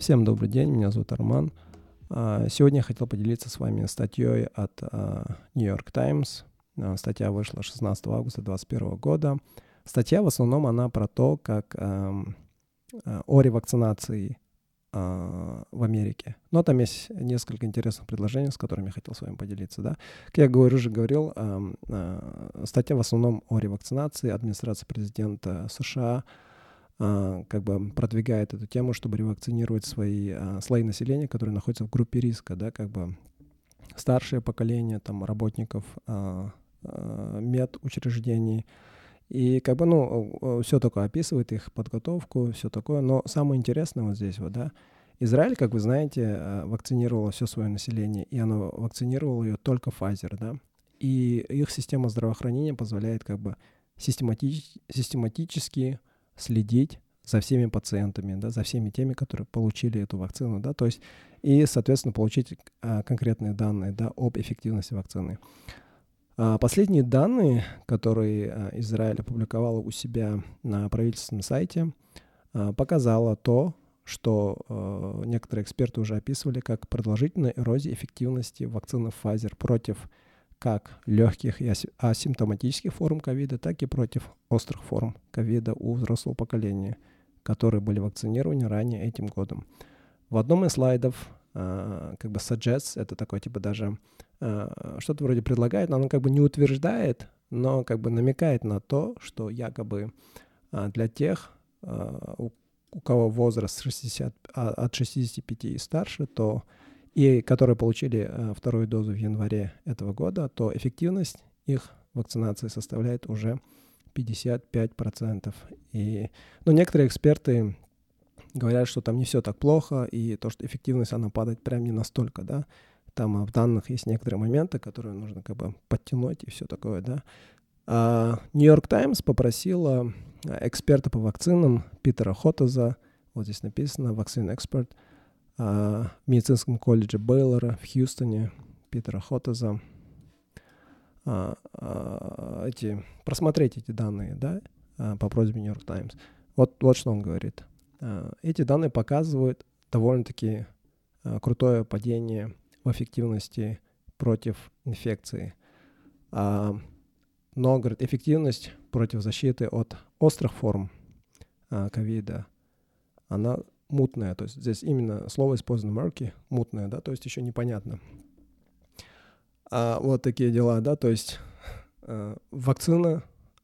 Всем добрый день, меня зовут Арман. Сегодня я хотел поделиться с вами статьей от New York Times. Статья вышла 16 августа 2021 года. Статья в основном она про то, как о ревакцинации в Америке. Но там есть несколько интересных предложений, с которыми я хотел с вами поделиться. Да? Как я уже говорил, статья в основном о ревакцинации. Администрация президента США как бы продвигает эту тему, чтобы ревакцинировать свои слои населения, которые находятся в группе риска, да, как бы старшее поколение там работников медучреждений. И как бы, все такое описывает их подготовку, все такое. Но самое интересное вот здесь вот, да, Израиль, как вы знаете, вакцинировало все свое население, и оно вакцинировало ее только Pfizer, да. И их система здравоохранения позволяет как бы систематически следить за всеми пациентами, да, за всеми теми, которые получили эту вакцину, да, то есть и, соответственно, получить конкретные данные, да, об эффективности вакцины. Последние данные, которые Израиль опубликовал у себя на правительственном сайте, показало то, что некоторые эксперты уже описывали как продолжительная эрозия эффективности вакцины Pfizer против как легких и асимптоматических форм ковида, так и против острых форм ковида у взрослого поколения, которые были вакцинированы ранее этим годом. В одном из слайдов как бы suggests, это такое типа даже что-то вроде предлагает, но оно как бы не утверждает, но как бы намекает на то, что якобы для тех, у кого возраст от 65 и старше, то и которые получили вторую дозу в январе этого года, то эффективность их вакцинации составляет уже 55%. И, некоторые эксперты говорят, что там не все так плохо, и то, что эффективность, она падает прям не настолько, да. Там в данных есть некоторые моменты, которые нужно как бы подтянуть и все такое, да. New York Times попросила эксперта по вакцинам Питера Хотеза, вот здесь написано «Vaccine Expert», в медицинском колледже Бейлора в Хьюстоне, Питера Хотеза, просмотреть эти данные, да, по просьбе New York Times. Вот что он говорит. Эти данные показывают довольно-таки крутое падение в эффективности против инфекции. Но, говорит, эффективность против защиты от острых форм ковида, она мутная. То есть здесь именно слово использовано murky, мутная, да, то есть еще непонятно. Вот такие дела, да, то есть вакцина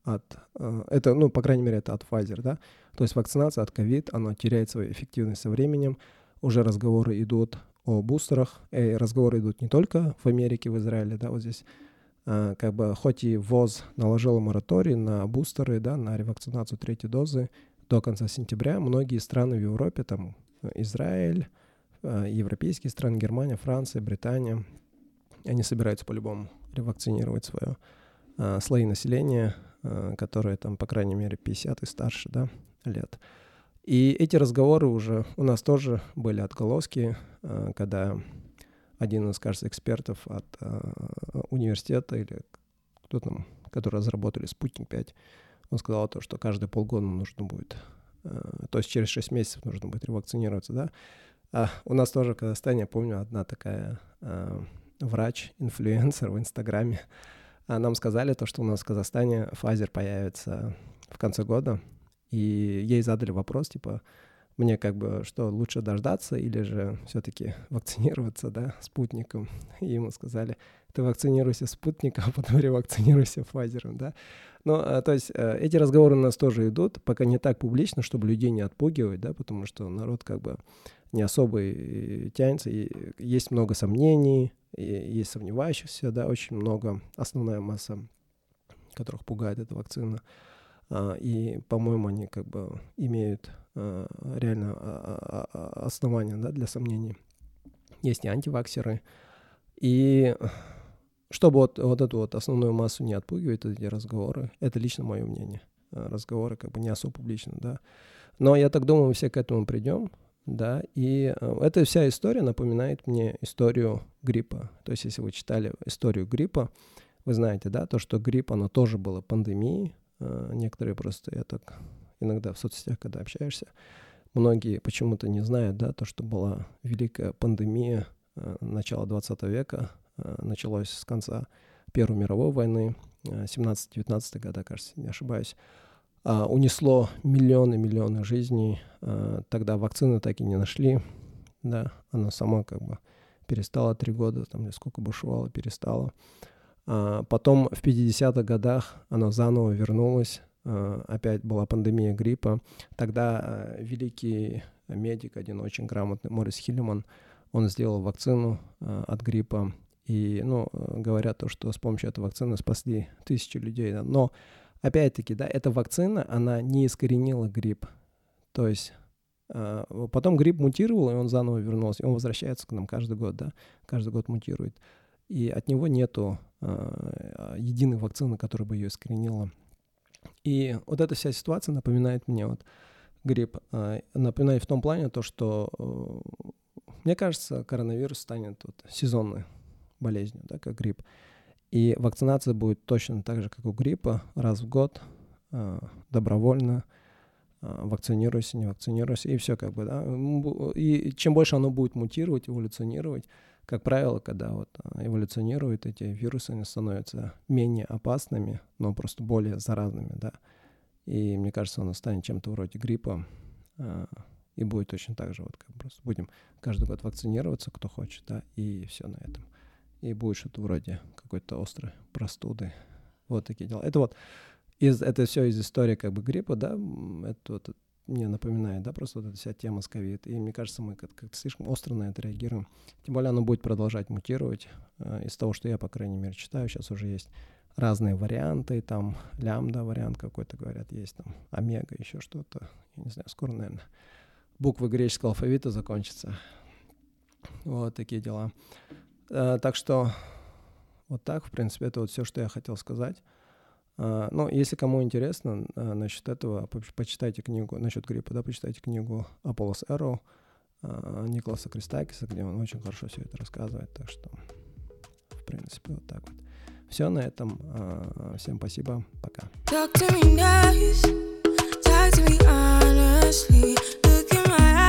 это, по крайней мере, это от Pfizer, да, то есть вакцинация от COVID, она теряет свою эффективность со временем, уже разговоры идут о бустерах, и разговоры идут не только в Америке, в Израиле, да, вот здесь как бы хоть и ВОЗ наложил мораторий на бустеры, да, на ревакцинацию третьей дозы до конца сентября, многие страны в Европе, там Израиль, европейские страны, Германия, Франция, Британия, они собираются по-любому ревакцинировать свое слои населения, которые там, по крайней мере, 50 и старше, да, лет. И эти разговоры уже у нас тоже были отголоски, когда один из, кажется, экспертов от университета или кто там, которые разработали «Спутник-5», он сказал то, что каждые полгода нужно будет, то есть через 6 месяцев нужно будет ревакцинироваться, да. У нас тоже в Казахстане, я помню, одна такая врач-инфлюенсер в Инстаграме, нам сказали то, что у нас в Казахстане Pfizer появится в конце года, и ей задали вопрос, типа, мне как бы что, лучше дождаться или же все-таки вакцинироваться, да, спутником? И ему сказали, ты вакцинируйся спутником, а потом ревакцинируйся Pfizer, да. То есть эти разговоры у нас тоже идут, пока не так публично, чтобы людей не отпугивать, да, потому что народ как бы не особо и тянется, и есть много сомнений, и есть сомневающихся, да, очень много, основная масса, которых пугает эта вакцина. И, по-моему, они как бы имеют реально основания, да, для сомнений. Есть и антиваксеры. И чтобы вот эту вот основную массу не отпугивать, эти разговоры, это лично мое мнение. Разговоры как бы не особо публично, да. Но я так думаю, мы все к этому придем, да. И эта вся история напоминает мне историю гриппа. То есть, если вы читали историю гриппа, вы знаете, да, то, что грипп, оно тоже было пандемией. Некоторые просто, я так иногда в соцсетях, когда общаешься, многие почему-то не знают, да, то, что была великая пандемия начала 20 века, началось с конца Первой мировой войны, 17-19 года, кажется, не ошибаюсь, унесло миллионы жизней. Тогда вакцины так и не нашли, да, она сама как бы перестала 3 года, там, или сколько бушевала, перестала. Потом в 50-х годах она заново вернулась, опять была пандемия гриппа. Тогда великий медик, один очень грамотный, Морис Хиллиман, он сделал вакцину от гриппа. И, говорят то, что с помощью этой вакцины спасли тысячи людей. Да. Но, опять-таки, да, эта вакцина, она не искоренила грипп. То есть потом грипп мутировал, и он заново вернулся. И он возвращается к нам каждый год, да, каждый год мутирует. И от него нету единой вакцины, которая бы ее искоренила. И вот эта вся ситуация напоминает мне вот грипп. Напоминает в том плане то, что, мне кажется, коронавирус станет вот сезонной болезнью, да, как грипп. И вакцинация будет точно так же, как у гриппа, раз в год, добровольно. Вакцинируйся, не вакцинируйся, и все как бы, да. И чем больше оно будет мутировать, эволюционировать, как правило, когда вот эволюционируют эти вирусы, они становятся менее опасными, но просто более заразными, да. И мне кажется, оно станет чем-то вроде гриппа, и будет точно так же, вот как просто будем каждый год вакцинироваться, кто хочет, да, и все на этом. И будет что-то вроде какой-то острой простуды. Вот такие дела. Это вот это все из истории как бы гриппа, да, это вот мне напоминает, да, просто вот эта вся тема с ковид. И мне кажется, мы как-то слишком остро на это реагируем. Тем более оно будет продолжать мутировать. Из того, что я, по крайней мере, читаю, сейчас уже есть разные варианты, там лямбда вариант какой-то, говорят, есть там омега, еще что-то. Я не знаю, скоро, наверное, буквы греческого алфавита закончатся. Вот такие дела. Так что вот так, в принципе, это вот все, что я хотел сказать. Но если кому интересно насчет этого, почитайте книгу, насчет гриппа, да, почитайте книгу Apollo's Arrow Николаса Кристакиса, где он очень хорошо все это рассказывает. Так что, в принципе, вот так вот. Все на этом. Всем спасибо. Пока. Talk to me nice, talk to me honestly. Look in my